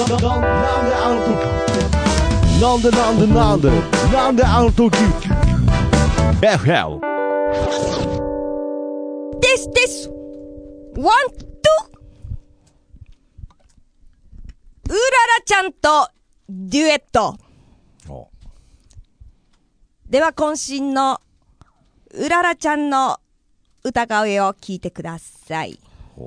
FL ですワン、ツーうららちゃんとデュエットでは渾身のうららちゃんの歌声を聞いてください。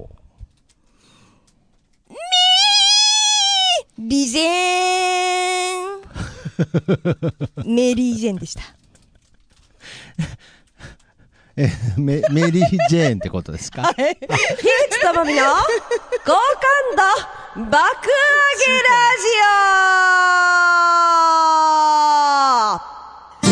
リジェーンメリージェーンでした。 メリージェーンってことですか？ 樋口智美の好感度爆上げラジオ。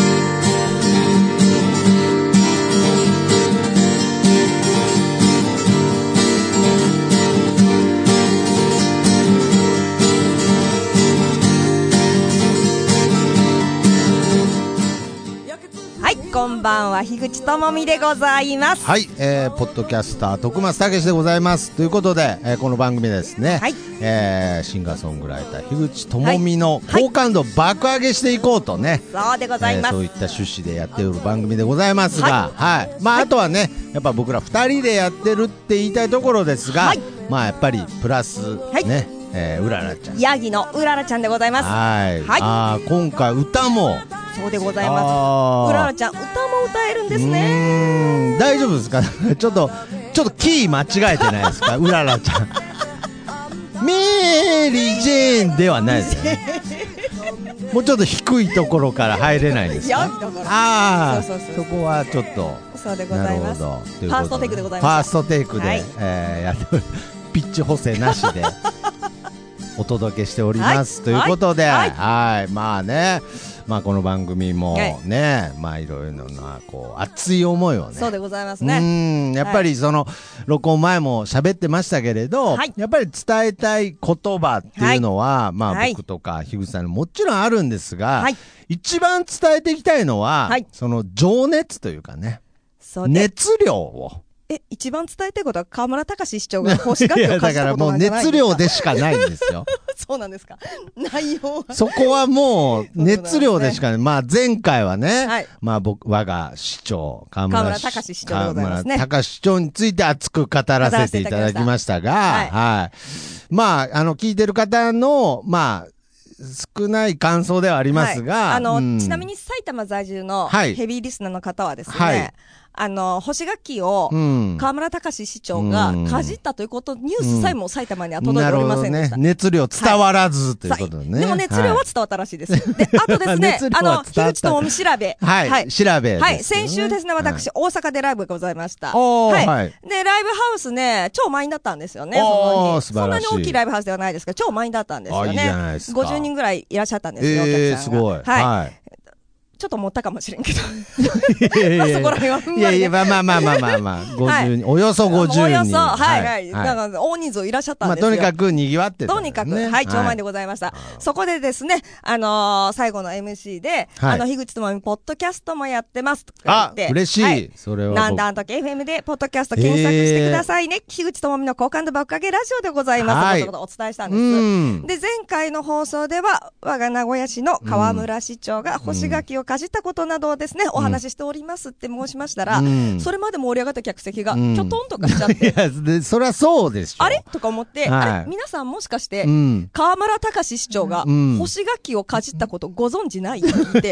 こんばんは、樋口智美でございます。 はい、ポッドキャスター徳松武史でございますということで、この番組ですね、 はい、 シンガーソングライター樋口智美の好感度爆上げしていこうとね、 そうでございます、 そういった趣旨でやっている番組でございますが、はい、まあ、あとはねやっぱ僕ら2人でやってるって言いたいところですが、まあやっぱりプラスね、うららちゃん、 ヤギのうららちゃんでございます。 はい、今回歌もそうでございます。うららちゃん歌も歌えるんですね。 大丈夫ですか？ちょっとキー間違えてないですか？うららちゃんメリージェーンではないですよね。もうちょっと低いところから入れないですか？そこはちょっとそうでございます。ファーストテイクでございます。 ファーストテイクで、やってピッチ補正なしでお届けしております、ということで、まあね、まあこの番組もね、まあいろいろなこう熱い思いをね、 そうでございますね。 やっぱりその録音前も喋ってましたけれど、やっぱり伝えたい言葉っていうのは、まあ僕とか樋口さんにもちろんあるんですが、一番伝えていきたいのは、その情熱というかね、熱量を。 一番伝えたいことは河村隆市長が欲しがってを貸したことなんじゃないですか？ だからもう熱量でしかないんですよ。 そうなんですか？内容はそこはもう熱量でしかない。まあ前回はね、まあ我が市長河村隆市長でございますね。 河村隆市長について熱く語らせていただきましたが、まあ聞いてる方のまあ少ない感想ではありますが、 ちなみに埼玉在住のヘビーリスナーの方はですね、干し柿を河村隆市長がかじったということニュースさえも埼玉には届いておりませんでした。 熱量伝わらずということでね。 でも熱量は伝わったらしいです。で、あとですね、樋口智美調べ。 調べ。 先週ですね、私、大阪でライブがございました。で、ライブハウスね、超満員だったんですよね、そんなに大きいライブハウスではないですが、超満員だったんですよね。50人ぐらいいらっしゃったんですよ、お客さんが。 すごい。 ちょっと持ったかもしれんけど。そこら辺はふんわり。 まあ、50人、およそ50人。 およそ、だから大人数いらっしゃったんですよ。 とにかく賑わってた。 とにかく、超満員でございました。そこでですね、最後の MC で、樋口智美ポッドキャストもやってますとか言って。 嬉しい。それは。 なんだあんとき FM でポッドキャスト検索してくださいね。樋口智美の好感度爆上げラジオでございます。ということをお伝えしたんです。で、前回の放送では、我が名古屋市の河村市長が干し柿をかじったことなどをですね、お話ししておりますって申しましたら、それまで盛り上がった客席が、きょとんとかしちゃって。 いや、そりゃそうでしょ。 あれとか思って、皆さんもしかして、河村隆市長が、干し柿をかじったことご存知ないって。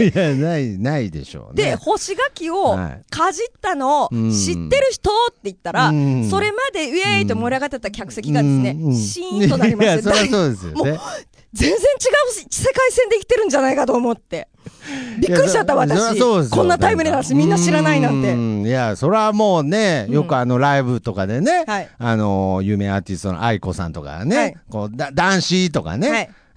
いや、ないでしょうね。 で、干し柿をかじったのを知ってる人って言ったら、それまでウェーイと盛り上がってた客席がですね、シーンとなりまして。 いや、そりゃそうですよね。 全然違う世界線で生きてるんじゃないかと思って。びっくりしちゃった私。こんなタイムリーな話みんな知らないなんて。 いや、それはもうね、よくライブとかでね、有名アーティストの愛子さんとかね、こう、男子とかね、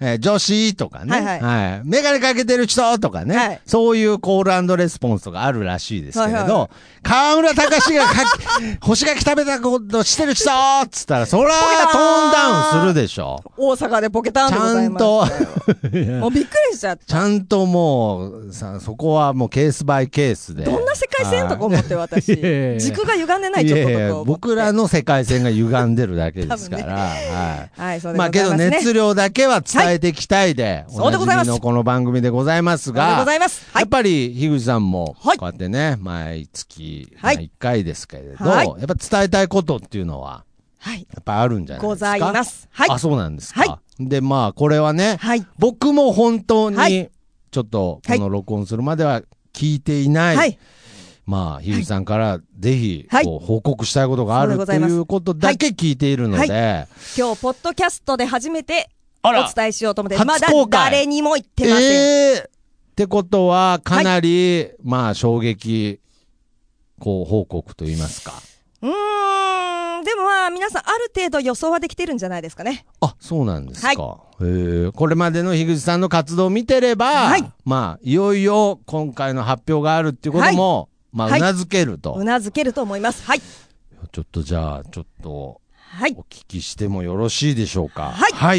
女子とかね、はいメガネかけてる人とかね、はい、そういうコール&レスポンスとかあるらしいですけれど、河村隆史が干し柿食べたことしてる人っつったら、そらトーンダウンするでしょ。 大阪でポケタンでございます。ちゃんと、もうびっくりしちゃった。 ちゃんともう、そこはもうケースバイケースで。 どんな世界線とか思って私。軸が歪んでないちょっととこ僕らの世界線が歪んでるだけですから。はい。はい、そうでございますね。まあけど熱量だけは伝えていきたいで、おなじみのこの番組でございますが、やっぱり樋口さんもこうやってね、毎月1回ですけれど、やっぱ伝えたいことっていうのは、やっぱあるんじゃないですか。 ございます。はい。 あ、そうなんですか。で、まあこれはね、僕も本当にちょっとこの録音するまでは聞いていない、まあ樋口さんからぜひ報告したいことがあるということだけ聞いているので、 今日ポッドキャストで初めてお伝えしようと思って、まだ誰にも言ってません。 ってことはかなり、まあ衝撃こう報告と言いますか。 でもまあ皆さんある程度予想はできてるんじゃないですかね。 あ、そうなんですか。これまでの樋口さんの活動を見てれば、まあいよいよ今回の発表があるっていうことも、まあうなずけると。 うなずけると思います。はい。 ちょっとじゃあちょっとお聞きしてもよろしいでしょうか。はい。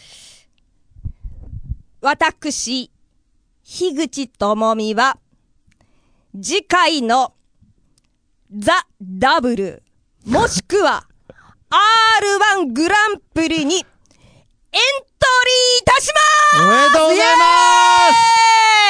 私樋口智美は次回のザ・ダブルもしくは R1 グランプリにエントリーいたします。 おめでとうございます。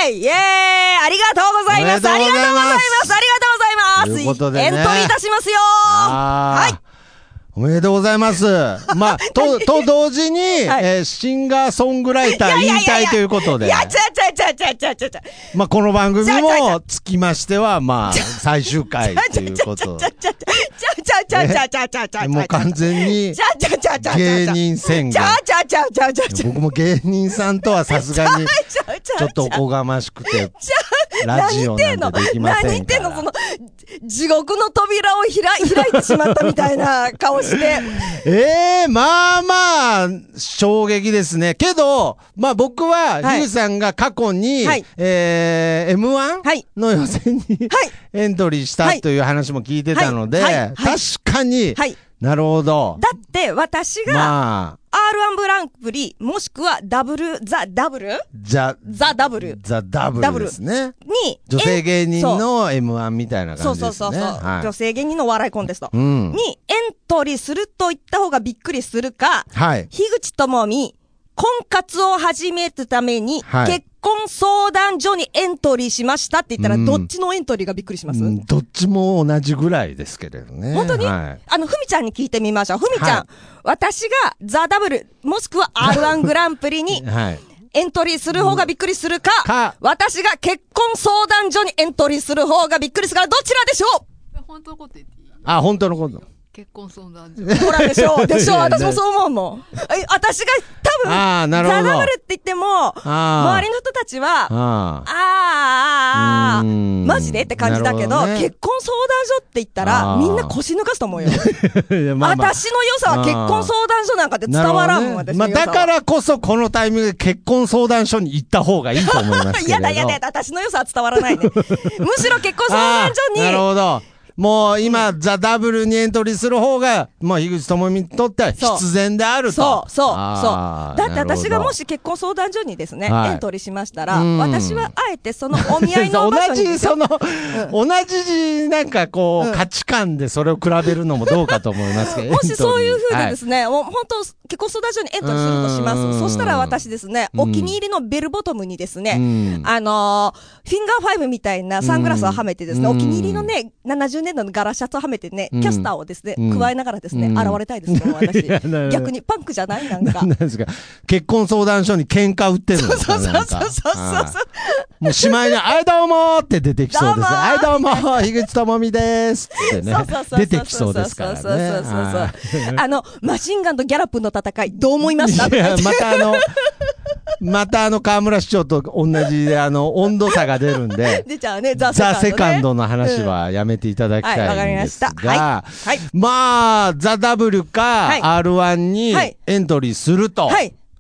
イエーイありがとうございます。ありがとうございます。ありがとうございます。 ということでね、 エントリーいたしますよ。はい。 おめでとうございます。まあ、と同時に、シンガーソングライター引退ということで。まあ、この番組もつきましては、まあ、最終回ということ。もう完全に芸人宣言。僕も芸人さんとはさすがにちょっとおこがましくてラジオなんてできませんから。何言ってんのその地獄の扉を開いてしまったみたいな顔して。まあまあ衝撃ですね。けどまあ僕は樋口さんが過去にM1 の予選にエントリーしたという話も聞いてたので、確かになるほど。 だって私が R1 グランプリもしくはザ・ダブルですね。に女性芸人の M1 みたいな感じですね。 女性芸人の笑いコンテストにエントリーすると言った方がびっくりするか、樋口智美婚活を始めるために結婚相談所にエントリーしましたって言ったら、どっちのエントリーがびっくりします？ どっちも同じぐらいですけれどね。 本当に？ふみちゃんに聞いてみましょう。ふみちゃん、私がザ・ダブルもしくは R1 グランプリにエントリーする方がびっくりするか、私が結婚相談所にエントリーする方がびっくりするからどちらでしょう？本当のこと言っていい？ 本当のこと。 結婚相談所。ほらでしょ私もそう思うもん。私が多分、ザ・ダブルって言っても、周りの人たちは、マジでって感じだけど、結婚相談所って言ったら、みんな腰抜かすと思うよ。私の良さは結婚相談所なんかで伝わらんもん、私の良さは。 だからこそこのタイミングで結婚相談所に行った方がいいと思いますけれど。 やだ、私の良さは伝わらないね。むしろ結婚相談所に、 なるほど。もう今、ザ・ダブルにエントリーする方が、もう樋口智美にとっては必然であると。 そう。だって私がもし結婚相談所にですね、エントリーしましたら、私はあえてそのお見合いの場所に同じなんかこう、価値観でそれを比べるのもどうかと思いますけど。 もしそういう風でですね、本当結婚相談所にエントリーするとします。そしたら私ですね、お気に入りのベルボトムにですね、フィンガー5みたいなサングラスをはめてですね、お気に入りのね、70年代のガラシャツをはめてね、キャスターをですね、加えながらですね、現れたいですけど、私。逆にパンクじゃないなんか。 なんですか。結婚相談所に喧嘩売ってるんですか？ そう。 もうしまいに、どうもーって出てきそうです。どうもー、樋口智美ですってね。出てきそうですからね。 マシンガンとギャラップの戦い、どう思いました？ また河村市長と同じで温度差が出るんで、 出ちゃうね、 ザ・セカンドの話はやめていただきたいんですが、まあ、ザ・ダブルか R1 にエントリーすると。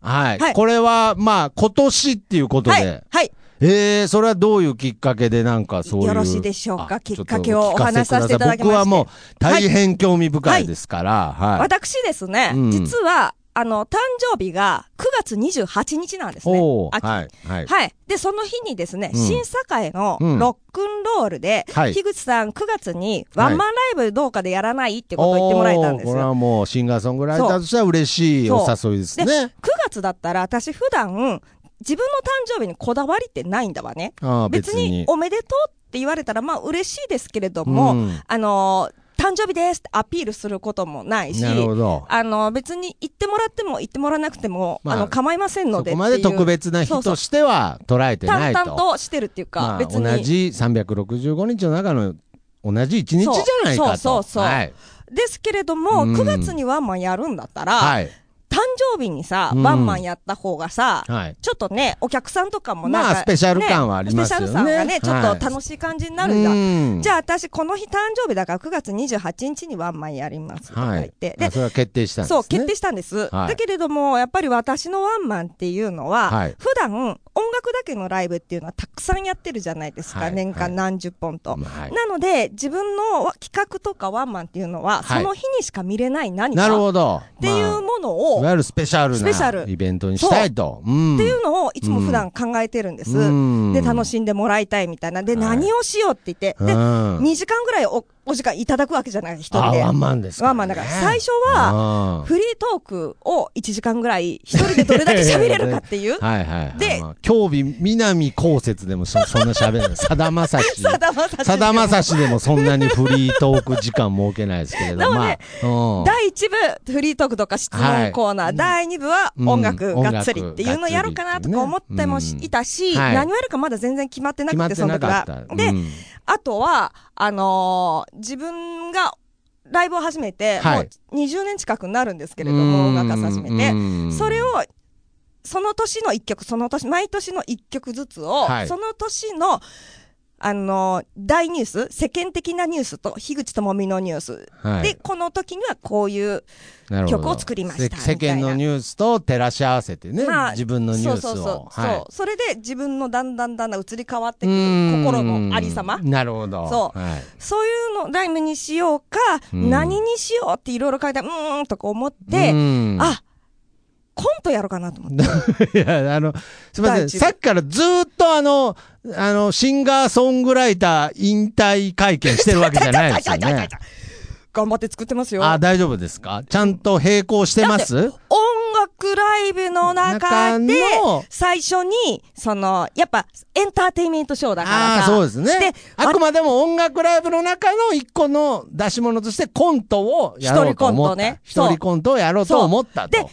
はい。これは、まあ、今年っていうことで。 はい。 それはどういうきっかけでなんかそういう。 よろしいでしょうか。きっかけをお話しさせていただきまして。 僕はもう大変興味深いですから。はい。 私ですね、実は、誕生日が9月28日なんですね。秋。はい。はい。で、その日にですね、審査会のロックンロールで、樋口さん9月にワンマンライブどうかでやらないってことを言ってもらえたんですよ。 これはもうシンガーソングライターとしては嬉しいお誘いですね。 で、9月だったら私普段、自分の誕生日にこだわりってないんだわね。別におめでとうって言われたらまあ嬉しいですけれども、誕生日ですってアピールすることもないし、別に言ってもらっても言ってもらわなくても、構いませんのでそこまで特別な日としては捉えてないと。 淡々としてるっていうか、別に。 同じ365日の中の同じ1日じゃないかと。 ですけれども、9月にワンマンやるんだったら、誕生日にさ、ワンマンやった方がさ、ちょっとね、お客さんとかもなんか、 スペシャル感はありますよね。 スペシャル感がね、ちょっと楽しい感じになるじゃん。じゃあ私、この日誕生日だから9月28日にワンマンやりますとか言って。 で、それは決定したんですね。 そう、決定したんです。だけれども、やっぱり私のワンマンっていうのは、普段、音楽だけのライブっていうのはたくさんやってるじゃないですか。年間何十本と。なので、自分の企画とかワンマンっていうのは、その日にしか見れない何か。 なるほど。 っていうものを、 いわゆるスペシャルなイベントにしたいと。っていうのをいつも普段考えてるんです。で、楽しんでもらいたいみたいな。で、何をしようって言って、で、2時間ぐらいお時間いただくわけじゃない、一人で。 ワンマンですか。 ワンマンだから。最初は、フリートークを1時間ぐらい一人でどれだけ喋れるかっていう。 で、競技、南こうせつでもそんな喋るの。さだまさし。さだまさしでもそんなにフリートーク時間設けないですけれども。第 1部、フリートークとか質問コーナー。第2部は音楽がっつりっていうのをやるかなとか思ってもいたし、何をやるかまだ全然決まってなくて、その時は。で、あとは、自分がライブを始めて、もう20年近くなるんですけれども、音楽を始めて、それを、その年の1曲、毎年の1曲ずつを、その年の、大ニュース、世間的なニュースと、樋口智美のニュース。で、この時にはこういう曲を作りました。 世間のニュースと照らし合わせてね、自分のニュースを。 そう。それで自分のだんだん移り変わってくる心のありさま。 なるほど。 そういうのライブにしようか、何にしようっていろいろ書いて、とか思って、コントやろうかなと思って。 いや、すみません。さっきからずっとシンガーソングライター引退会見してるわけじゃないですよね。 頑張って作ってますよ。 大丈夫ですか？ちゃんと並行してます？ 音楽ライブの中で、最初に、やっぱ、エンターテインメントショーだからさ。 そうですね。で、あくまでも音楽ライブの中の一個の出し物としてコントをやろうと思った。一人コントをやろうと思ったと。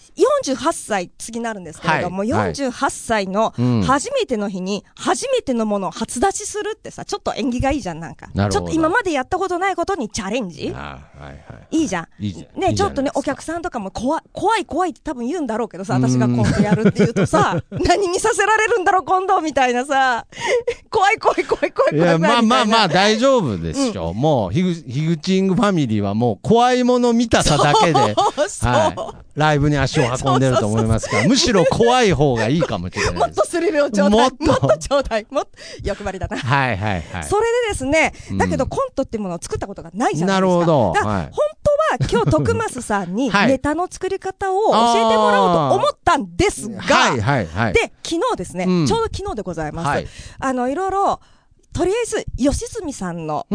48歳次なるんですけれども、48歳の初めての日に初めてのものを初出しするってさ、ちょっと縁起がいいじゃん、なんか。ちょっと今までやったことないことにチャレンジいいじゃん。ね、ちょっとね、お客さんとかも怖いって多分言うんだろうけどさ、私がコントやるって言うとさ、何見させられるんだろう、今度みたいなさ、怖い。いや、まあ、大丈夫ですよ。もう、ヒグチングファミリーはもう怖いもの見たさだけで、ライブに足を運んでると思いますから、むしろ怖い方がいいかもしれないです。 もっとスリルをちょうだい。もっとちょうだい。欲張りだな。 はい。 それでですね、だけどコントっていうものを作ったことがないじゃないですか。 なるほど。 本当は今日徳増さんにネタの作り方を教えてもらおうと思ったんですが、で、昨日ですね、ちょうど昨日でございます。いろいろ、とりあえず、吉住さんの、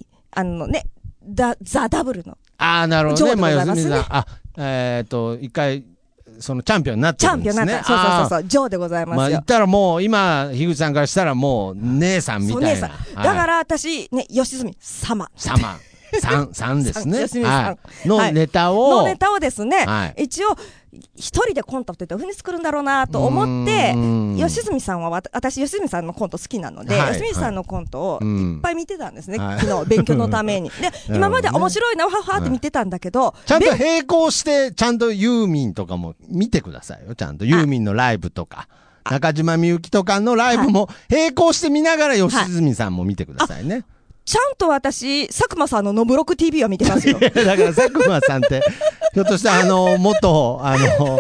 ザ・ダブルの。 なるほどね。まあ、吉住さん、一回、チャンピオンになってるんですね。 チャンピオンになった。そう、ジョーでございますよ。 言ったらもう、今、樋口さんからしたらもう、姉さんみたいな。 だから私、ね、吉住様ですね。 吉住さん。 のネタをですね、一応、一人でコントってどういう風に作るんだろうなと思って、吉住さんは、私、吉住さんのコント好きなので、吉住さんのコントをいっぱい見てたんですね、昨日、勉強のために。で、今まで面白いな、はって見てたんだけど、 ちゃんと並行して、ちゃんとユーミンとかも見てくださいよ、ちゃんと。ユーミンのライブとか。中島みゆきとかのライブも並行して見ながら吉住さんも見てくださいね。 ちゃんと私、佐久間さんのノブロック TV は見てますよ。 だから佐久間さんって、ひょっとしたら元、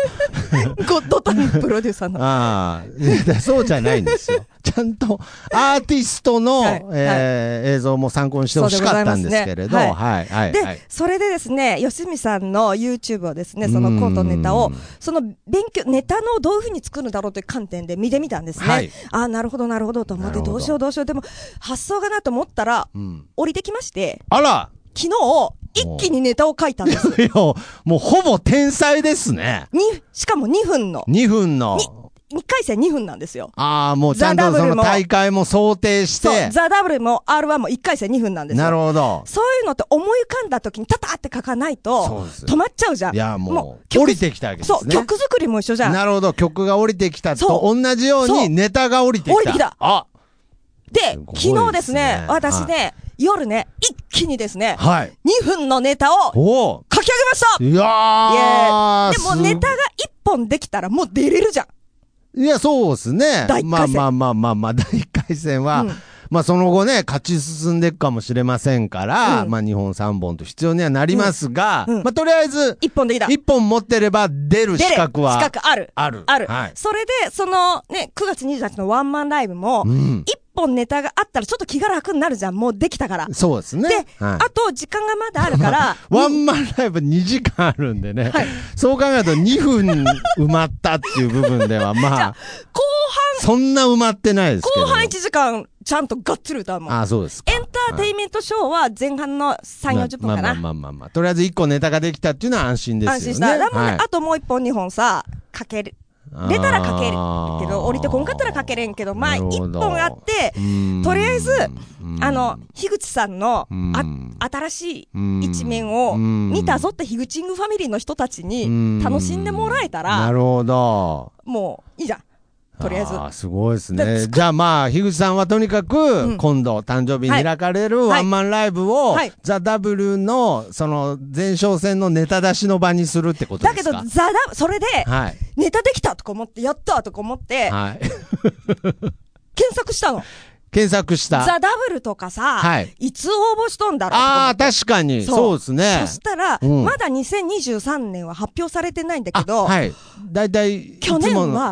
ゴッドタンプロデューサーの。 ああ、そうじゃないんですよ。ちゃんとアーティストの、映像も参考にしてほしかったんですけれど、 で、それでですね、吉見さんの YouTube をですね、そのコントネタを、そのネタのどういうふうに作るんだろうという観点で見てみたんですね。ああ、なるほど、なるほどと思って、どうしよう。でも、発想がなと思ったら、降りてきまして、 あら昨日、一気にネタを書いたんです。 いや、もうほぼ天才ですね。 しかも2分の。 2分の。 1回戦2分なんですよ。 ああ、もうちゃんとその大会も想定して。 そう、ザ・ダブルも R1 も1回戦2分なんですよ。 なるほど。 そういうのって思い浮かんだ時にタタって書かないと、止まっちゃうじゃん。 いや、もう、降りてきたわけですね。 そう、曲作りも一緒じゃん。 なるほど、曲が降りてきたと同じようにネタが降りてきた。 降りてきた。 あで、昨日ですね、私ね、夜ね、一気にですね、2分のネタを書き上げました。 いやー、 でもネタが1本できたらもう出れるじゃん。 いや、そうですね。 第1回戦。 まあ、第1回戦は、まあその後ね、勝ち進んでいくかもしれませんから、まあ2本3本と必要にはなりますが、まあとりあえず、 1本できた。 1本持ってれば出る資格は。 資格ある。 ある。 それで、そのね、9月28日のワンマンライブも、1本ネタがあったらちょっと気が楽になるじゃん。もうできたから。 そうですね。 で、あと時間がまだあるから。 ワンマンライブ2時間あるんでね。そう考えると2分埋まったっていう部分では、まあ。 後半。 そんな埋まってないですけど。 後半1時間、ちゃんとがっつり歌うもん。 あ、そうですか。 エンターテイメントショーは前半の3、40分かな。 まあ。とりあえず1個ネタができたっていうのは安心ですよね。 安心した。だもんね、あともう1本2本さ、かける。出たらかけるけど、降りてこんかったらかけれんけど、まあ1本あって、とりあえず、樋口さんの新しい一面を見たぞって樋口イングファミリーの人たちに楽しんでもらえたら、 なるほど。 もういいじゃん。とりあえず。 すごいですね。じゃあまあ、樋口さんはとにかく、今度、誕生日に開かれるワンマンライブを、ザ・ダブルの、その、前哨戦のネタ出しの場にするってことですか？ だけど、それで、ネタできたとか思って、やったとか思って、検索したの。 検索した。 ザ・ダブルとかさ、いつ応募しとんだろう。 ああ、確かに。そうですね。 そしたら、まだ2023年は発表されてないんだけど、 だいたい、 去年は、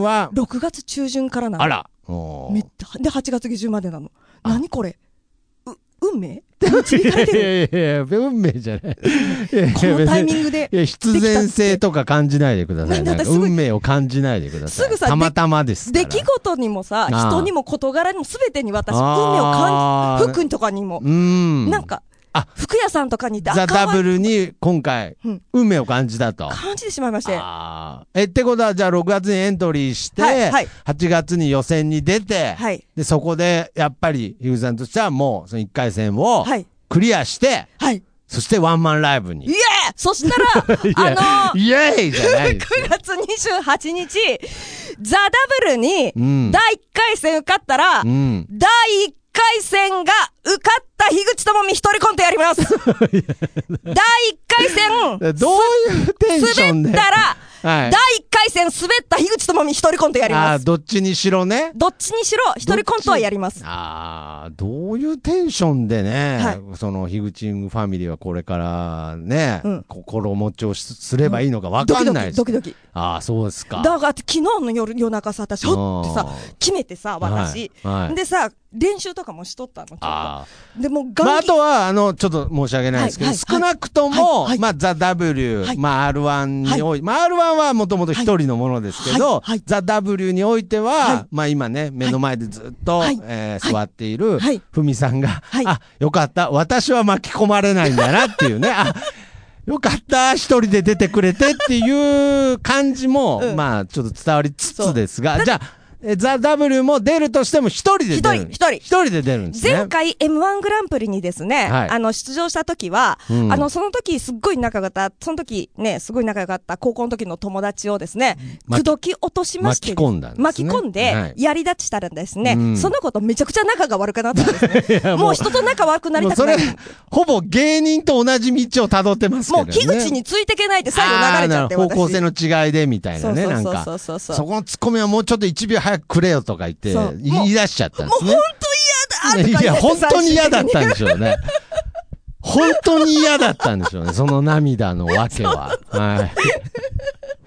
6 月中旬からなの。 あら。 で、8月下旬までなの。何これ？運命？導かれてる。 いや、運命じゃない。 このタイミングで。 いや、必然性とか感じないでください。運命を感じないでください。 すぐさ、 たまたまですから。 出来事にもさ、人にも事柄にも全てに私、運命を感じ、服とかにも。なんか、服屋さんとかにザ・ダブルに今回、運命を感じたと。 感じてしまいまして。 ってことは、じゃあ6月にエントリーして、8月に予選に出て、で、そこで、やっぱり、樋口さんとしてはもう、その1回戦を、クリアして、そしてワンマンライブに。 イエーイそしたら、 イエーイじゃないです 9月28日、ザ・ダブルに、第1回戦受かったら、第1回戦が受かった樋口智美一人コントやります。第1回戦、 どういうテンションで滑ったら、第1回戦滑った樋口智美一人コントやります。 どっちにしろね。 どっちにしろ一人コントはやります。 どういうテンションでね、その樋口ファミリーはこれからね、心持ちをすればいいのか分かんないです。 ドキドキ。 そうですか。 だから昨日の夜中さ、私、ほってさ、決めてさ、私。でさ、練習とかもしとったの、ちょっと。でも、 あとは、ちょっと申し訳ないですけど、少なくとも、ザ・ W、R1 において、R1 はもともと一人のものですけど、ザ・ W においては、今ね、目の前でずっと座っている、ふみさんが、よかった、私は巻き込まれないんだなっていうね、よかった、一人で出てくれてっていう感じも、ちょっと伝わりつつですが、じゃあ、ザ・ダブルも出るとしても一人で出る。一人で出るんですね。 前回 M1 グランプリにですね、出場した時は、その時すっごい仲良かった、その時ね、すごい仲良かった高校の時の友達をですね、口説き落としまして、巻き込んで、やり立ちたらですね、その子とめちゃくちゃ仲が悪くなったんですね。もう人と仲悪くなりたくない。 それ、ほぼ芸人と同じ道を辿ってますけどね。 もう樋口についてけないって最後流れちゃって、 方向性の違いでみたいなね、なんか。そこのツッコミはもうちょっと1秒早くくれよとか言って、言い出しちゃったんですね。 もう本当嫌だとか言って。 いや、本当に嫌だったんでしょうね。本当に嫌だったんでしょうね、その涙のわけは。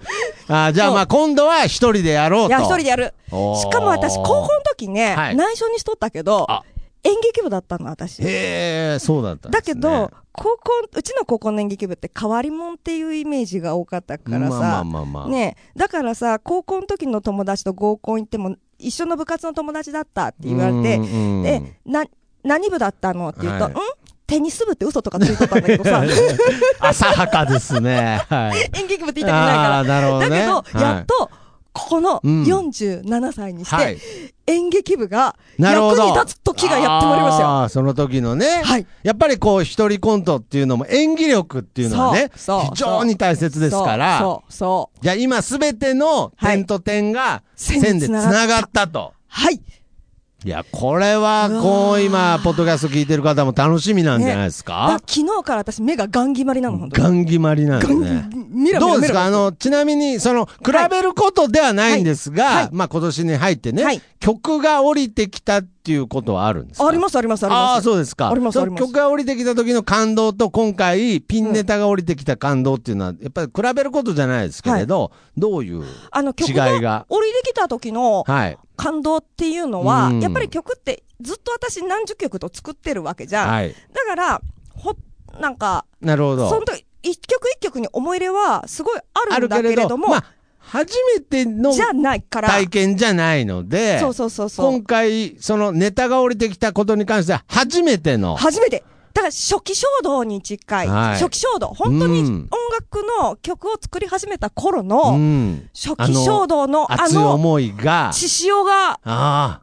じゃあまあ今度は一人でやろうと。 いや、一人でやる。しかも私、高校の時ね、 はい内緒にしとったけど、演劇部だったの、私。 へえ、そうだったんですね。 だけど、うちの高校の演劇部って変わり者っていうイメージが多かったからさ、ね、だからさ、高校の時の友達と合コン行っても、一緒の部活の友達だったって言われて、で、何部だったのって言うと、テニス部って嘘とかついとったんだけどさ。 浅はかですね。はい。 演劇部って言いたくないから。 なるほどね。 だけど、やっと、ここの47歳にして、演劇部が役に立つ時がやってまいりましたよ。 その時のね。やっぱりこう、一人コントっていうのも演技力っていうのはね、非常に大切ですから。じゃあ今すべての点と点が線で繋がったと。 はい。 いや、これは、今、ポッドキャスト聞いてる方も楽しみなんじゃないですか？ 昨日から私、目がガン決まりなの、本当に。 ガン決まりなんですね。どうですか？ちなみに、比べることではないんですが、まあ、今年に入ってね、曲が降りてきたっていうことはあるんですか？ あります。 ああ、そうですか。 あります。 曲が降りてきた時の感動と、今回、ピンネタが降りてきた感動っていうのは、やっぱり比べることじゃないですけれど、どういう違いが？ 曲が降りてきた時の、感動っていうのは、やっぱり曲ってずっと私何十曲と作ってるわけじゃん。だから、なんか、 なるほど。 その時、一曲一曲に思い入れはすごいあるんだけれども、 初めての体験じゃないので、今回、そのネタが降りてきたことに関しては初めて。 だから初期衝動に近い。初期衝動。本当に音楽の曲を作り始めた頃の、初期衝動の熱い思いが、 血潮が、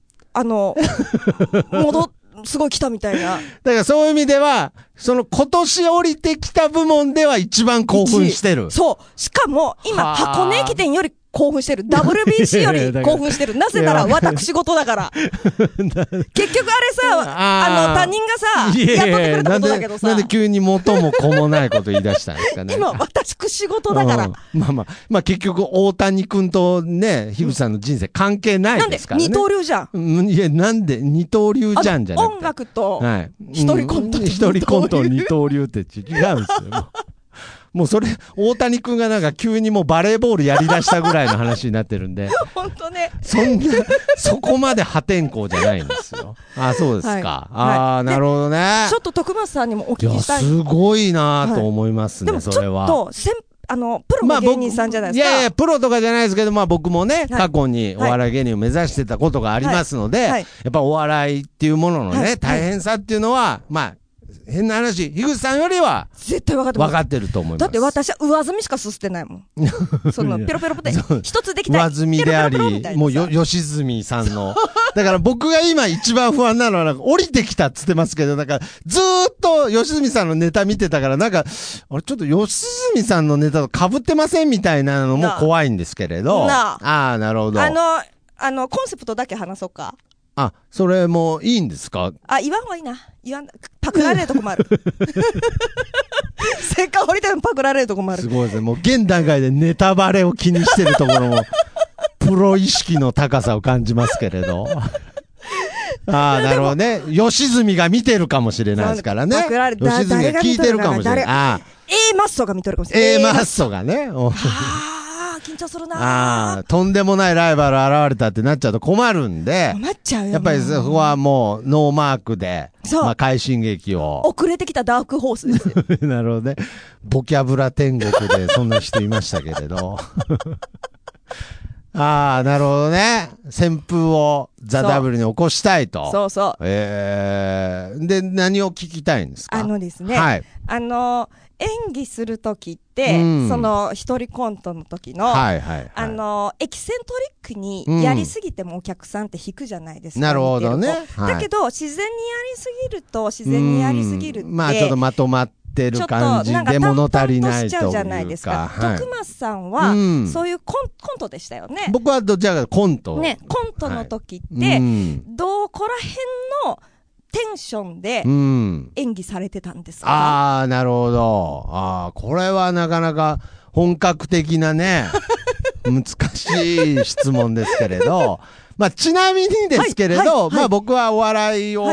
すごい来たみたいな。 だからそういう意味では、今年降りてきた部門では一番興奮してる。 そう。しかも、今、箱根駅伝より興奮してる。WBC より興奮してる。なぜなら私事だから。結局あれさ、他人がさ、雇ってくれたことだけどさ。 なんで急に元も子もないこと言い出したんですかね。 今、私仕事だから。 まあ結局大谷君とね、樋口さんの人生関係ないですからね。 なんで二刀流じゃん。 いや、なんで二刀流じゃんじゃなくて。 音楽と、一人コント。 一人コント二刀流って違うんですよ。もうそれ、大谷君がなんか急にもうバレーボールやり出したぐらいの話になってるんで。 本当ね。 そこまで破天荒じゃないんですよ。そうですか。なるほどね。 ちょっと徳松さんにもお聞きしたい。 すごいなと思いますね、それは。 でもちょっと、プロの芸人さんじゃないですか。 いや、プロとかじゃないですけど、僕もね、過去にお笑い芸人を目指してたことがありますので、やっぱお笑いっていうもののね、大変さっていうのは、変な話、樋口さんよりは絶対分かってると思います。 だって私は上積みしかすすってないもん。ペロペロって一つできた上積みであり、もう吉住さんの。だから僕が今一番不安なのは降りてきたっつってますけど、だからずーっと吉住さんのネタ見てたからちょっと吉住さんのネタと被ってませんみたいなのも怖いんですけれど。なるほど。 コンセプトだけ話そうか。 それもいいんですか？ 言わんはいいな。パクられるとこもある。せっかく降りてもパクられるとこもある。 すごいですね。もう現段階でネタバレを気にしてるところも、プロ意識の高さを感じますけれど。なるほどね。吉住が見てるかもしれないですからね。吉住が聞いてるかもしれない。 A マッソが見てるかもしれない。 A マッソがね。 緊張するな。 とんでもないライバル現れたってなっちゃうと困るんで。 困っちゃうよ。 やっぱりそこはもうノーマークで、快進撃を。 遅れてきたダークホースですよ。 なるほどね。ボキャブラ天国でそんな人いましたけれど。なるほどね。旋風をザ・ダブルに起こしたいと。 そう。 で、何を聞きたいんですか？ ですね。演技するときって、その一人コントの時の、エキセントリックにやりすぎてもお客さんって引くじゃないですか。 なるほどね。 だけど、自然にやりすぎると、自然にやりすぎるって。 ちょっとまとまってる感じで物足りないというか。ちょっとしちゃうじゃないですか。 徳松さんは、そういうコントでしたよね。 僕はどちらかというとコント。 ね、コントの時って、どこら辺のテンションで演技されてたんですか？ なるほど。これはなかなか本格的なね、難しい質問ですけれど、ちなみにですけれど、僕はお笑いを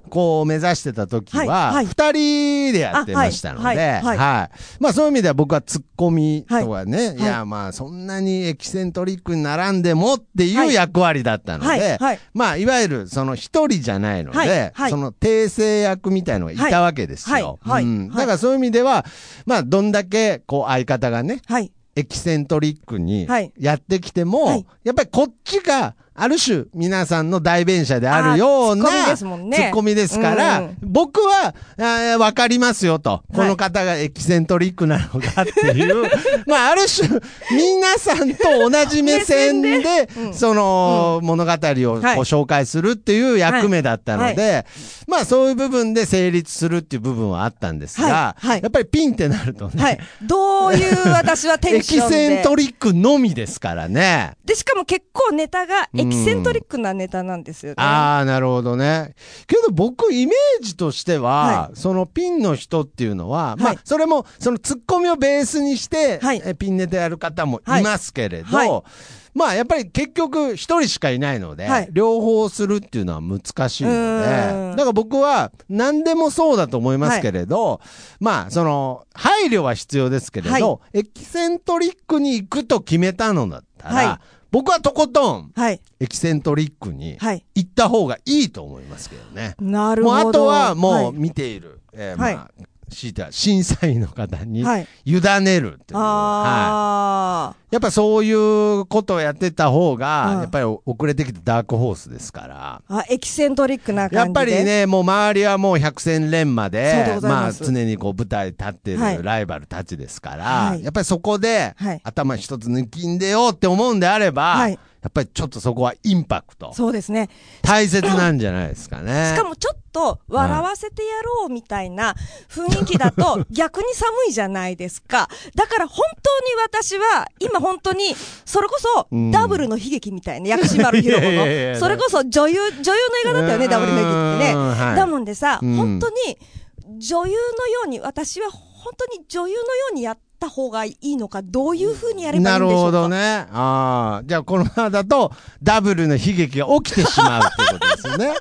こう目指してた時は、二人でやってましたので、まあそういう意味では僕はツッコミとかね、いやまあそんなにエキセントリックに並んでもっていう役割だったので、まあいわゆるその一人じゃないので、その訂正役みたいのがいたわけですよ。だからそういう意味では、まあどんだけこう相方がね、エキセントリックにやってきても、やっぱりこっちがある種皆さんの代弁者であるようなツッコミですから、僕はわかりますよと、この方がエキセントリックなのかっていうまあある種皆さんと同じ目線でその物語をこう紹介するっていう役目だったので、まあそういう部分で成立するっていう部分はあったんですが、やっぱりピンってなるとね、 どういう私はテンションでエキセントリックのみですからね。 でしかも結構ネタがエキセントリックなネタなんですよね。 ああ、なるほどね。けど僕イメージとしては、そのピンの人っていうのは、まあそれもそのツッコミをベースにして、ピンネタやる方もいますけれど、まあやっぱり結局一人しかいないので、両方するっていうのは難しいので、だから僕は何でもそうだと思いますけれど、まあその配慮は必要ですけれど、エキセントリックに行くと決めたのだったら、僕はとことん、エキセントリックに行った方がいいと思いますけどね。 なるほど。 もうあとはもう見ている、まあ強いては審査員の方に委ねるっていう、やっぱそういうことをやってた方が、やっぱり遅れてきたダークホースですから。 エキセントリックな感じで。 やっぱりね、もう周りはもう百戦錬磨で、まあ常にこう舞台立ってるライバルたちですから、やっぱりそこで頭一つ抜きんでよって思うんであれば、やっぱりちょっとそこはインパクト。 そうですね。 大切なんじゃないですかね。 しかもちょっと笑わせてやろうみたいな雰囲気だと逆に寒いじゃないですか。だから本当に私は今本当にそれこそダブルの悲劇みたいな、薬師丸ひろ子の。それこそ女優の映画だったよね、ダブルの悲劇ってね。だもんでさ、本当に女優のように、私は本当に女優のようにやった方がいいのか、どういう風にやればいいんでしょうか。 なるほどね。ああ、じゃあこのままだとダブルの悲劇が起きてしまうっていうことですよね。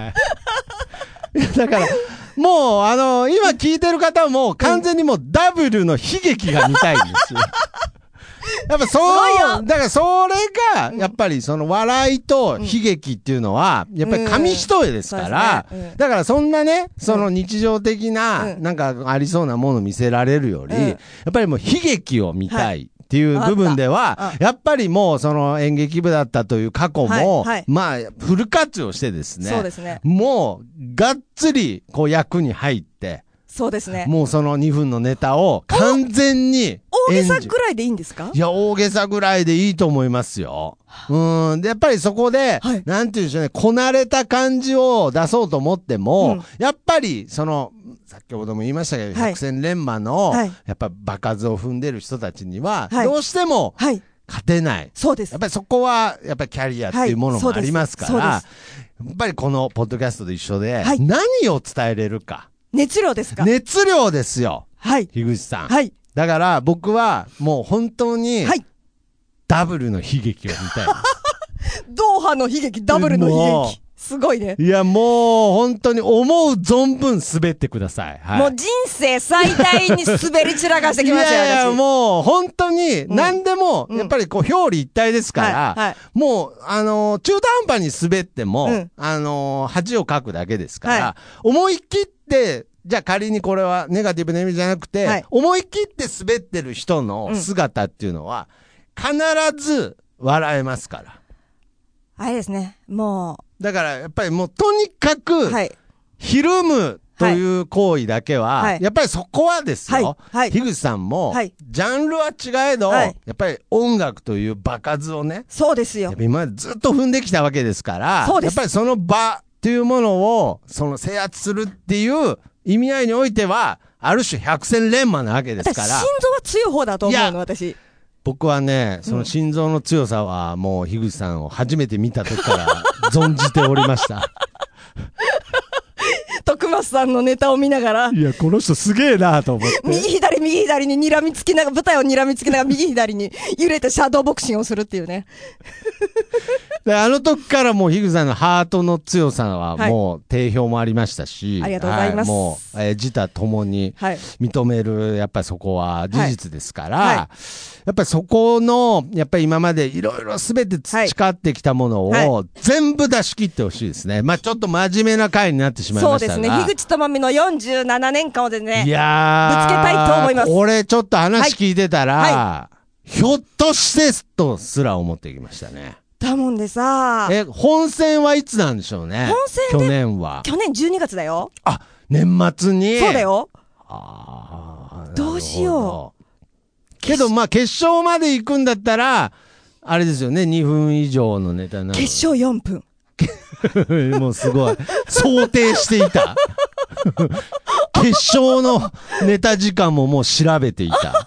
だからもう今聞いてる方も完全にもうダブルの悲劇が見たいんですよ。やっぱだからそれが、やっぱりその笑いと悲劇っていうのは、やっぱり紙一重ですから、だからそんなね、その日常的な、なんかありそうなものを見せられるより、やっぱりもう悲劇を見たい。っていう部分では、やっぱりもうその演劇部だったという過去も、まあフル活用してですね、もうがっつりこう役に入って、 そうですね。 もうその2分のネタを完全に大げさぐらいでいいんですか？ いや、大げさぐらいでいいと思いますよ。で、やっぱりそこで、なんていうんでしょうね、こなれた感じを出そうと思っても、やっぱりその、先ほども言いましたけど、百戦錬磨の、やっぱ場数を踏んでる人たちには、どうしても、勝てない。 そうです。 やっぱりそこは、やっぱりキャリアっていうものもありますから、やっぱりこのポッドキャストと一緒で、何を伝えれるか。 熱量ですか？ 熱量ですよ。樋口さん。だから僕はもう本当に、ダブルの悲劇を見たいです。 ドーハの悲劇、ダブルの悲劇。すごいね。 いや、もう本当に思う存分滑ってください。 もう人生最大に滑り散らかしてきましたよ。 いやいや、もう本当に何でも、やっぱりこう表裏一体ですから、もう、中途半端に滑っても、恥をかくだけですから、思い切って、じゃあ仮にこれはネガティブな意味じゃなくて、思い切って滑ってる人の姿っていうのは、必ず笑えますから。 あれですね、もう。 だからやっぱりもうとにかく、ひるむという行為だけは、やっぱりそこはですよ、樋口さんも、ジャンルは違えど、やっぱり音楽という場数をね、 そうですよ。 今までずっと踏んできたわけですから、やっぱりその場っていうものを、その制圧するっていう意味合いにおいては、ある種百戦錬磨なわけですから。 心臓は強い方だと思うの、私。 僕はね、その心臓の強さはもう樋口さんを初めて見た時から存じておりました。 特松さんのネタを見ながら。 いや、この人すげえなと思って。 右左に睨みつきながら、舞台を睨みつきながら、右左に揺れてシャドーボクシングをするっていうね。 であの時からもう樋口さんのハートの強さはもう定評もありましたし、 ありがとうございます。 もう、自他ともに認める、やっぱりそこは事実ですから、やっぱりそこの、やっぱり今までいろいろすべて培ってきたものを全部出し切ってほしいですね。まあちょっと真面目な回になってしまいましたが。 そうですね。樋口智美の47年間をですね、 いやぶつけたいと思います。 俺ちょっと話聞いてたら、ひょっとしてとすら思ってきましたね。 だもんでさ。 本戦はいつなんでしょうね。 本戦で去年は。 去年12月だよ。 あ、年末に。 そうだよ。 どうしよう。けどまあ決勝まで行くんだったら、あれですよね、2分以上のネタなの。 決勝4分。 もうすごい。想定していた。決勝のネタ時間ももう調べていた。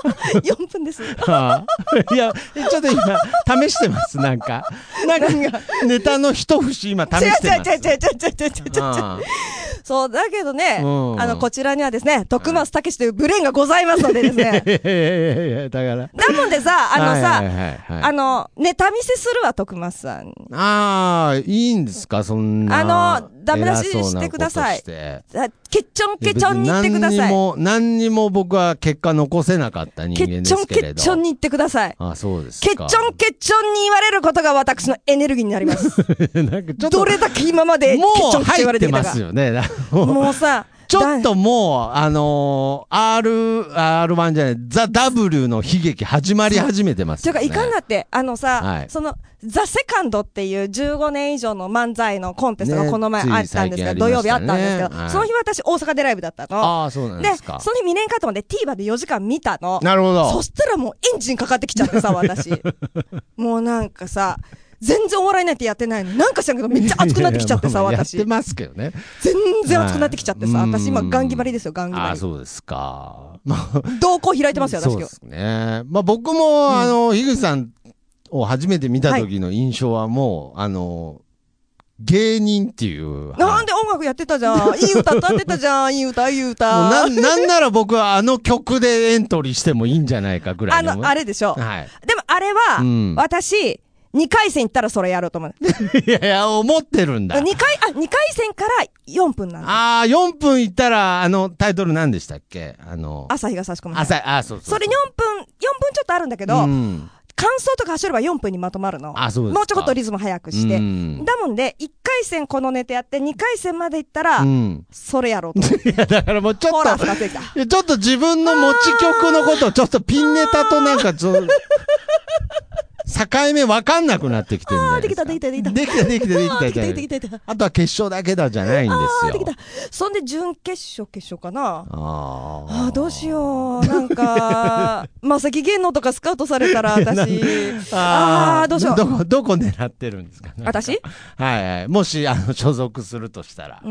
4分です。 いや、ちょっと今、試してます、なんかネタの一節今試してます。 違う。そう、だけどね、こちらにはですね、徳松武史というブレーンがございますのでですね。 いや、だから。 だもんでさ、ネタ見せするわ、徳松さん。 いいんですか、そんな。 ダメ出ししてください。ケッチョンケチョンに言ってください。 何にも僕は結果残せなかった人間ですけれど。 ケッチョンに言ってください。 そうですか。 ケッチョンケチョンに言われることが私のエネルギーになります。どれだけ今までケッチョンって言われてきたか。 もう入ってますよね。 もうさ、 ちょっともう、R1 じゃない、ザ・ W の悲劇始まり始めてますよね。 というか、いかんなって、その、ザ・セカンドっていう15年以上の漫才のコンテストがこの前あったんですけど、土曜日あったんですけど、その日私大阪でライブだったの。 そうなんですか。 で、その日見れんかったので TVer で4時間見たの。 なるほど。 そしたらもうエンジンかかってきちゃってさ、私。もうなんかさ、全然お笑いなんてやってないの。なんか知らんけどめっちゃ熱くなってきちゃってさ、私。 やってますけどね。 全然熱くなってきちゃってさ、私今ガン決まりですよ、ガン決まり。 そうですか。 瞳孔開いてますよ、私今日。 そうですね。まあ僕も、樋口さんを初めて見た時の印象はもう、芸人っていう。 なんで音楽やってたじゃん。いい歌歌ってたじゃん。いい歌。 なんなら僕は曲でエントリーしてもいいんじゃないかぐらいの。 あれでしょ。 はい。 でもあれは、私、2回戦行ったらそれやろうと思う。 いや、思ってるんだ。 2回戦から4分なの。 4分行ったら、タイトル何でしたっけ朝日が差し込む。 そう。 それ4分ちょっとあるんだけど、感想とか走れば4分にまとまるの。 そうです。 もうちょっとリズム早くして。だもんで、1回戦このネタやって、2回戦まで行ったら、それやろうと。 いや、だからもうちょっと、ちょっと自分の持ち曲のことをちょっとピンネタとなんか境目分かんなくなってきてるんじゃないですか。できた。あとは決勝だけだじゃないんですよ。 できた。そんで準決勝かな。どうしよう。なんか、まさき芸能とかスカウトされたら、私。どうしよう。 どこ狙ってるんですかね。 私？ はい。もし、所属するとしたら。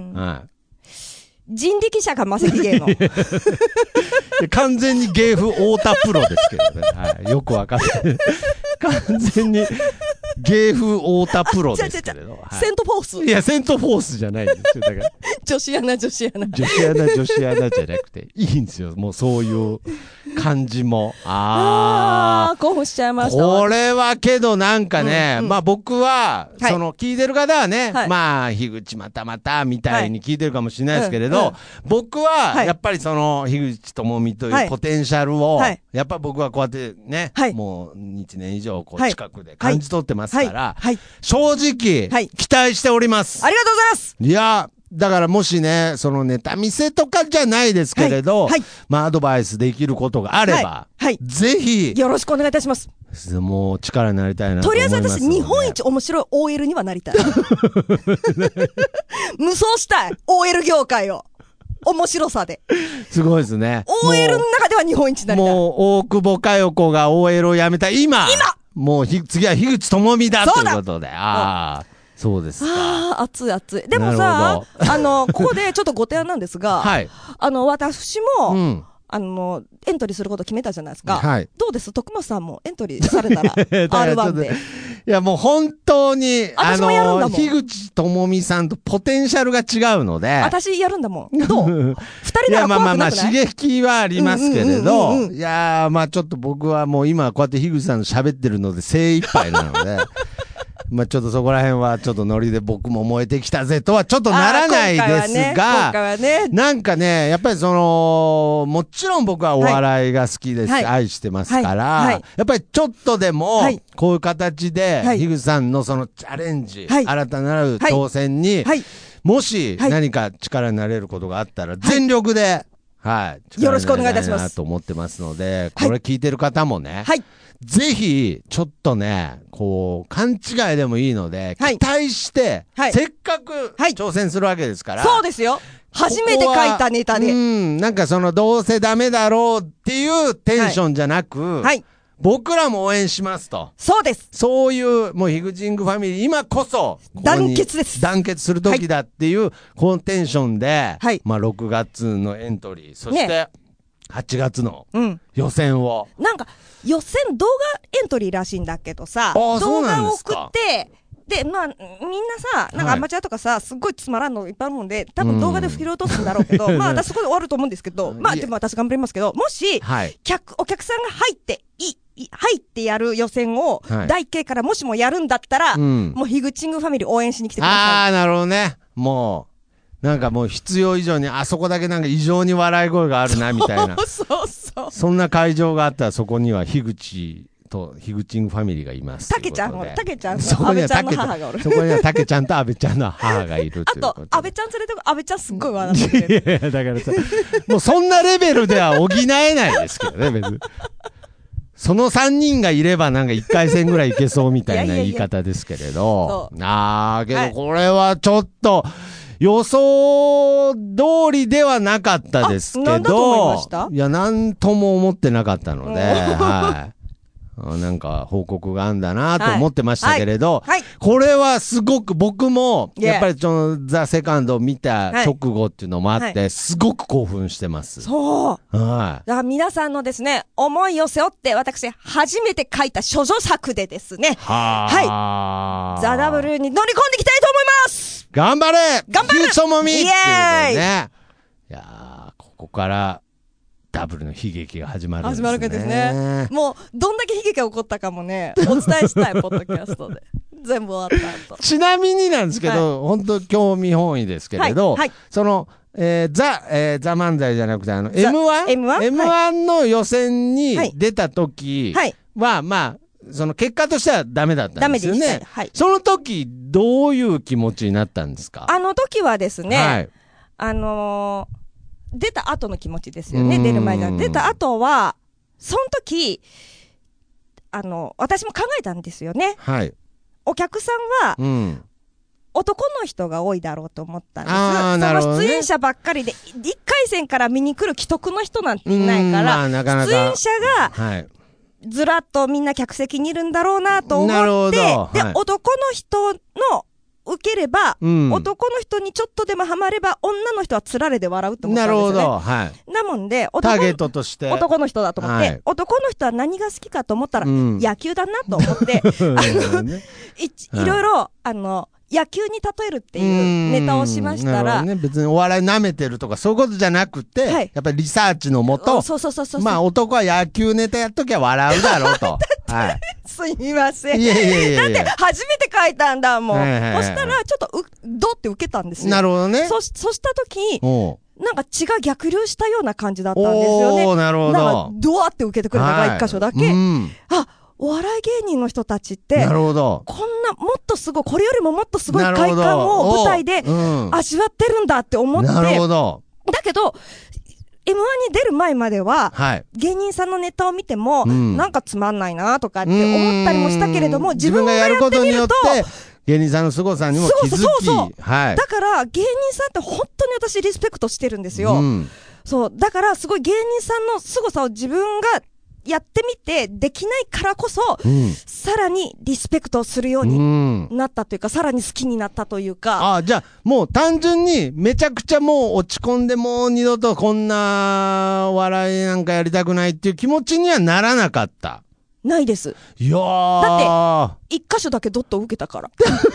人力車かマセキ芸能。 完全に芸風太田プロですけどね。よくわかんない。完全に芸風太田プロですけれど。 セントフォース。 いや、セントフォースじゃないんですよ。だから。 女子アナじゃなくて、いいんですよ。もうそういう感じも。 興奮しちゃいました。 これはけどなんかね、まあ僕は、聞いてる方はね、まあ、樋口またみたいに聞いてるかもしれないですけれど、僕は、やっぱり樋口智美というポテンシャルを、やっぱ僕はこうやってね、もう1年以上近くで感じ取ってますから、正直、期待しております。 ありがとうございます。 いや、だからもしね、そのネタ見せとかじゃないですけれど、まあアドバイスできることがあれば、ぜひ、 よろしくお願いいたします。 もう力になりたいなと思います。 とりあえず私、日本一面白い OL にはなりたい。無双したい。OL 業界を。面白さで。 すごいですね。 OL の中では日本一になりたい。 もう、大久保佳代子が OL を辞めた今もう次は樋口智美だということで。そうですか。 熱い。でもさ、ここでちょっとご提案なんですが、私も、エントリーすること決めたじゃないですか。どうです？徳松さんもエントリーされたら、R1 で。 いやもう本当に、 私もやるんだもん。 樋口智美さんとポテンシャルが違うので。 私やるんだもん。どう二人なら怖くなくない？いやまあ刺激はありますけれど、いやまあちょっと僕はもう今こうやって樋口さんと喋ってるので精一杯なので、まあちょっとそこら辺はちょっとノリで僕も燃えてきたぜとはちょっとならないですが、なんかね、やっぱりもちろん僕はお笑いが好きですし、愛してますから、やっぱりちょっとでも、こういう形で、樋口さんのそのチャレンジ、新たなる挑戦に、もし何か力になれることがあったら、全力で、 よろしくお願いいたします。 と思ってますので、これ聞いてる方もね、ぜひ、ちょっとね、こう、勘違いでもいいので、期待して、せっかく挑戦するわけですから。 そうですよ。初めて書いたネタで。 なんかどうせダメだろうっていうテンションじゃなく、僕らも応援しますと。 そうです。 そういう、もうヒグジングファミリー、今こそ、 団結です。 団結する時だっていう、このテンションで、まあ6月のエントリー、そして、8月の予選を。 なんか、予選動画エントリーらしいんだけどさ、動画を送って、で、まあ、みんなさ、なんかアマチュアとかさ、すっごいつまらんのいっぱいあるもんで、多分動画で振り落とすんだろうけど、まあ私そこで終わると思うんですけど、まあでも私頑張りますけど、もし、お客さんが入ってやる予選を、台形からもしもやるんだったら、もうヒグチングファミリー応援しに来てください。 ああ、なるほどね。もう。なんかもう必要以上に、あそこだけなんか異常に笑い声があるな、みたいな。そんな会場があったらそこには樋口とヒグチングファミリーがいます。 たけちゃんと安倍ちゃんの母がおる。 そこにはたけちゃんと安倍ちゃんの母がいるあと、安倍ちゃん連れて安倍ちゃんすっごい笑ってる。 いやだからさ、もうそんなレベルでは補えないですけどね、別に。その3人がいればなんか1回戦ぐらいいけそうみたいな言い方ですけれど。けどこれはちょっと、予想通りではなかったですけど、 なんだと思いました？ いや、なんとも思ってなかったので、なんか報告があんだなと思ってましたけれど、これはすごく僕も、やっぱりザ・セカンドを見た直後っていうのもあって、すごく興奮してます。 そう。だから皆さんのですね、思いを背負って、私、初めて書いた処女作でですね、ザ・ダブルに乗り込んでいきたいと思います。 頑張れ頑張るヒグチ智美イエーイいやー、ここからダブルの悲劇が始まるんですね。 始まるわけですね。もう、どんだけ悲劇が起こったかもね、お伝えしたい、ポッドキャストで。全部終わった後。 ちなみになんですけど、本当興味本位ですけれど、その、ザ漫才じゃなくて、M1 の予選に出た時は、まあ、その結果としてはダメだったんですよね。ダメでした。その時、どういう気持ちになったんですか？ あの時はですね、出た後の気持ちですよね、出る前じゃ。出た後は、その時、私も考えたんですよね。お客さんは、男の人が多いだろうと思ったんです。その出演者ばっかりで、1回戦から見に来る既得の人なんていないから、出演者が、ずらっとみんな客席にいるんだろうなと思って、で、男の人の受ければ、男の人にちょっとでもハマれば、女の人はつられで笑うと思ったんですよね。なるほど。なもんで、 ターゲットとして男の人だと思って、男の人は何が好きかと思ったら、野球だなと思って、いろいろ、野球に例えるっていうネタをしましたら、 別にお笑い舐めてるとかそういうことじゃなくて、やっぱりリサーチのもと、まあ男は野球ネタやっときゃ笑うだろうと。 すいません。だって初めて書いたんだもん。そしたらちょっとドって受けたんですよ。 なるほどね。 そした時に、なんか血が逆流したような感じだったんですよね。 なるほど。 なんかドワって受けてくれたが一箇所だけ。お笑い芸人の人たちって、 なるほど。 こんなもっとすごい、これよりももっとすごい快感を舞台で味わってるんだって思って。 なるほど。 だけど、M1 に出る前までは、芸人さんのネタを見ても、なんかつまんないなとかって思ったりもしたけれども、自分がやることによって、 芸人さんの凄さにも気づき。 だから芸人さんって本当に私リスペクトしてるんですよ。そう。だからすごい芸人さんの凄さを自分がやってみてできないからこそ、さらにリスペクトするようになったというか、さらに好きになったというか。 じゃあもう単純にめちゃくちゃもう落ち込んでもう二度とこんな笑いなんかやりたくないっていう気持ちにはならなかった。 ないです。 いやー。 だって、一箇所だけドット受けたから。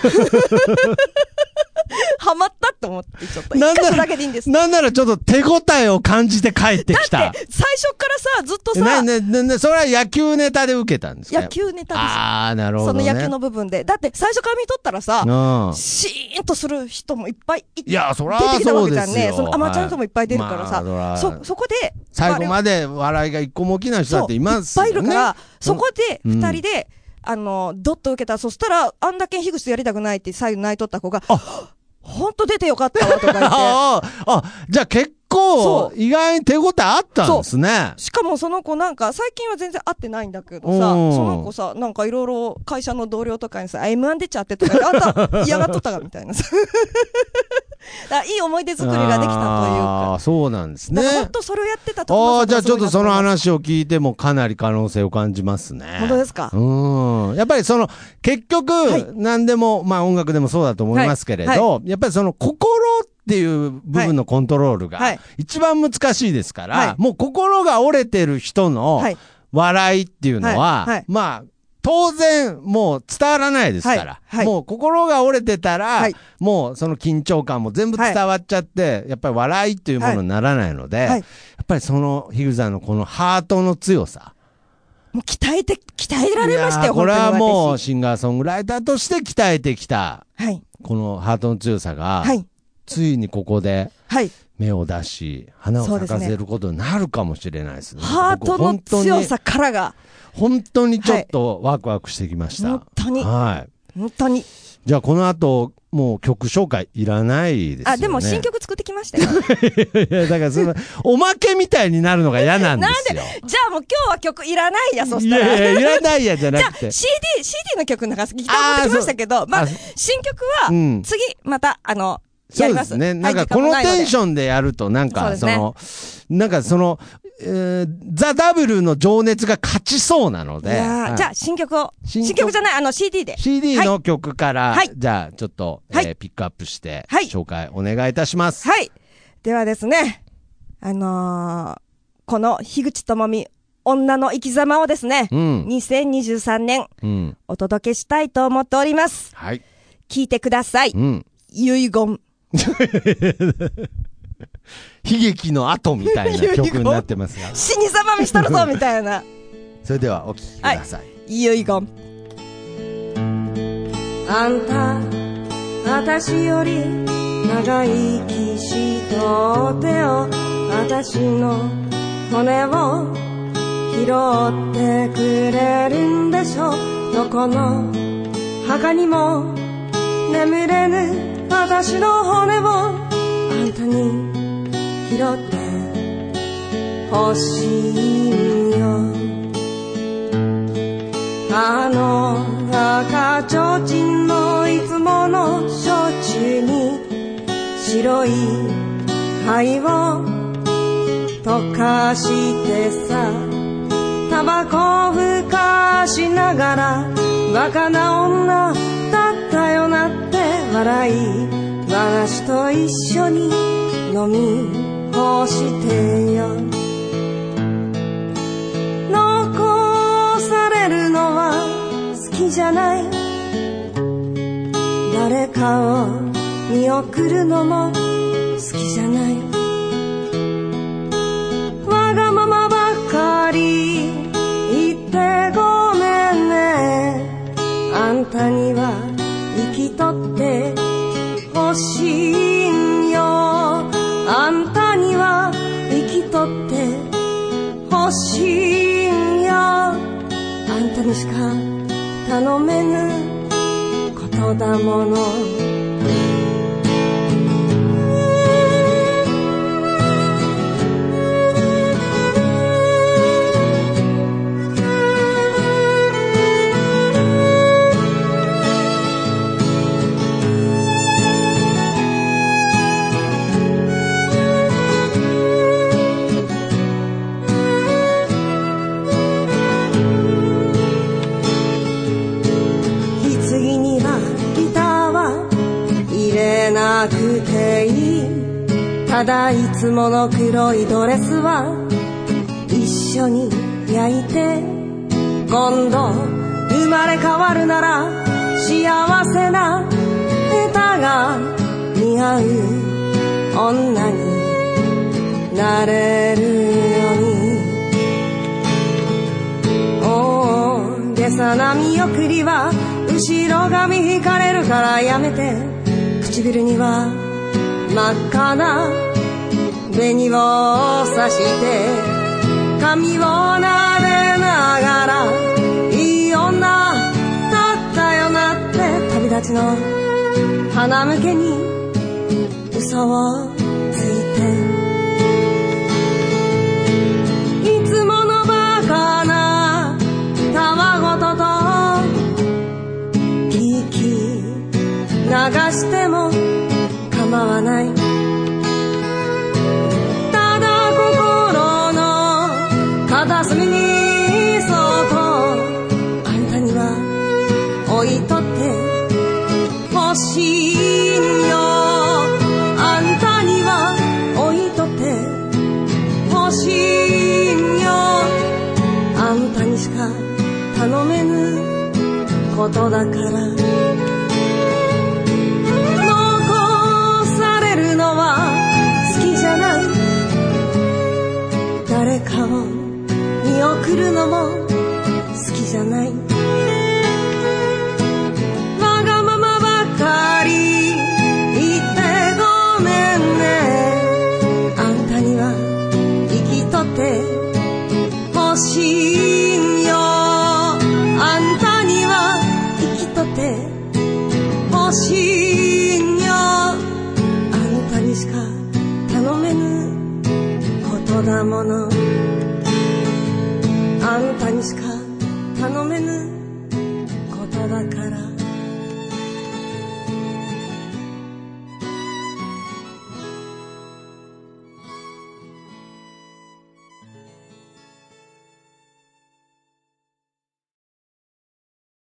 ハマったって思ってちょっと。一箇所だけでいいんです。 なんならちょっと手応えを感じて帰ってきた。 だって最初からさ、ずっとさ。 それは野球ネタで受けたんですか？ 野球ネタです。 ああ、なるほど、ね。 その野球の部分で。だって最初から見とったらさ、シーンとする人もいっぱいいや、そら出てきたわけじゃんね。 そそのアマチュアの人もいっぱい出るからさ。そこで。 最後まで笑いが一個も起きない人だっていますよね。 いっぱいいるから、そこで二人で、ドッと受けた。そしたら、あんだけ樋口とやりたくないって最後泣いとった子が、ほんと出てよかったわとか言って。 じゃあ結構、意外に手応えあったんですね。 しかもその子なんか、最近は全然会ってないんだけどさ、その子さ、なんかいろいろ会社の同僚とかにさ、M1 出ちゃってとか、あんた嫌がっとったかみたいなさ。いい思い出作りができたというか。 ああ、そうなんですね。 本当それをやってたと。 じゃあちょっとその話を聞いてもかなり可能性を感じますね。 本当ですか？ やっぱり結局、何でも、まあ音楽でもそうだと思いますけれど、やっぱり心っていう部分のコントロールが一番難しいですから、もう心が折れてる人の笑いっていうのは、まあ、当然、もう伝わらないですから。もう心が折れてたら、もうその緊張感も全部伝わっちゃって、やっぱり笑いっていうものにならないので、やっぱり樋口さんのこのハートの強さ。 もう鍛えられましたよ、 これはもうシンガーソングライターとして鍛えてきた、このハートの強さが、ついにここで芽を出し、花を咲かせることになるかもしれないですね。 ハートの強さからが。 本当にちょっとワクワクしてきました。 本当に。本当に。 じゃあこの後、もう曲紹介いらないですよね。 でも新曲作ってきましたよ。 だからおまけみたいになるのが嫌なんですよ。 じゃあもう今日は曲いらないや、そしたら。 いらないやじゃなくて。 じゃあ CD の曲なんかギター持ってきましたけど、まあ、新曲は、次、また、やります。 そうですね。なんかこのテンションでやると、なんかザ・ダブルの情熱が勝ちそうなので。じゃあ新曲を。新曲じゃない、CD で。 CD の曲から、じゃあちょっと、ピックアップして、紹介お願いいたします。 はい。ではですね、この樋口智美、女の生き様をですね、2023年、お届けしたいと思っております。 はい。 聞いてください。遺言。 悲劇の後みたいな曲になってますが死に様見しとるぞみたいな。 それではお聴きください。 遺言。あんた私より長生きしとってよ、私の骨を拾ってくれるんでしょう。どこの墓にも眠れぬ私の骨をあんたに拾ってほしいよ。あの赤ちょうちんのいつもの焼酎に白い灰を溶かしてさ、タバコふかしながらバカな女だったよなって笑い話と一緒に飲み干してよ。残されるのは好きじゃない、誰かを見送るのも好きじゃない、わがままばかり言ってごめんね。あんたには生きとってほしいんよ。あんたには生きとってほしいんよ。あんたにしか頼めぬことだもの。ただいつもの黒いドレスは一緒に焼いて5 今度生まれ変わるなら幸せな歌が似合う女になれるように。大げさな見送りは後ろ髪引かれるからやめて。唇には真っ赤な紅を刺して髪を撫でながらいい女だったよなって旅立ちの花向けに嘘をついて、いつものバカなたわごとと聞き流しても構わない。ただ心の片隅にそっとあんたには置いとってほしいよ。あんたには置いとってほしいよ。あんたにしか頼めぬことだから。誰かを見送るのも好きじゃない。わがままばかり言ってごめんね。あんたには生きとってほしいよ。あんたには生きとってほしいよ。あんたにしか頼めぬことだもの。あんたにしか頼めぬことだから。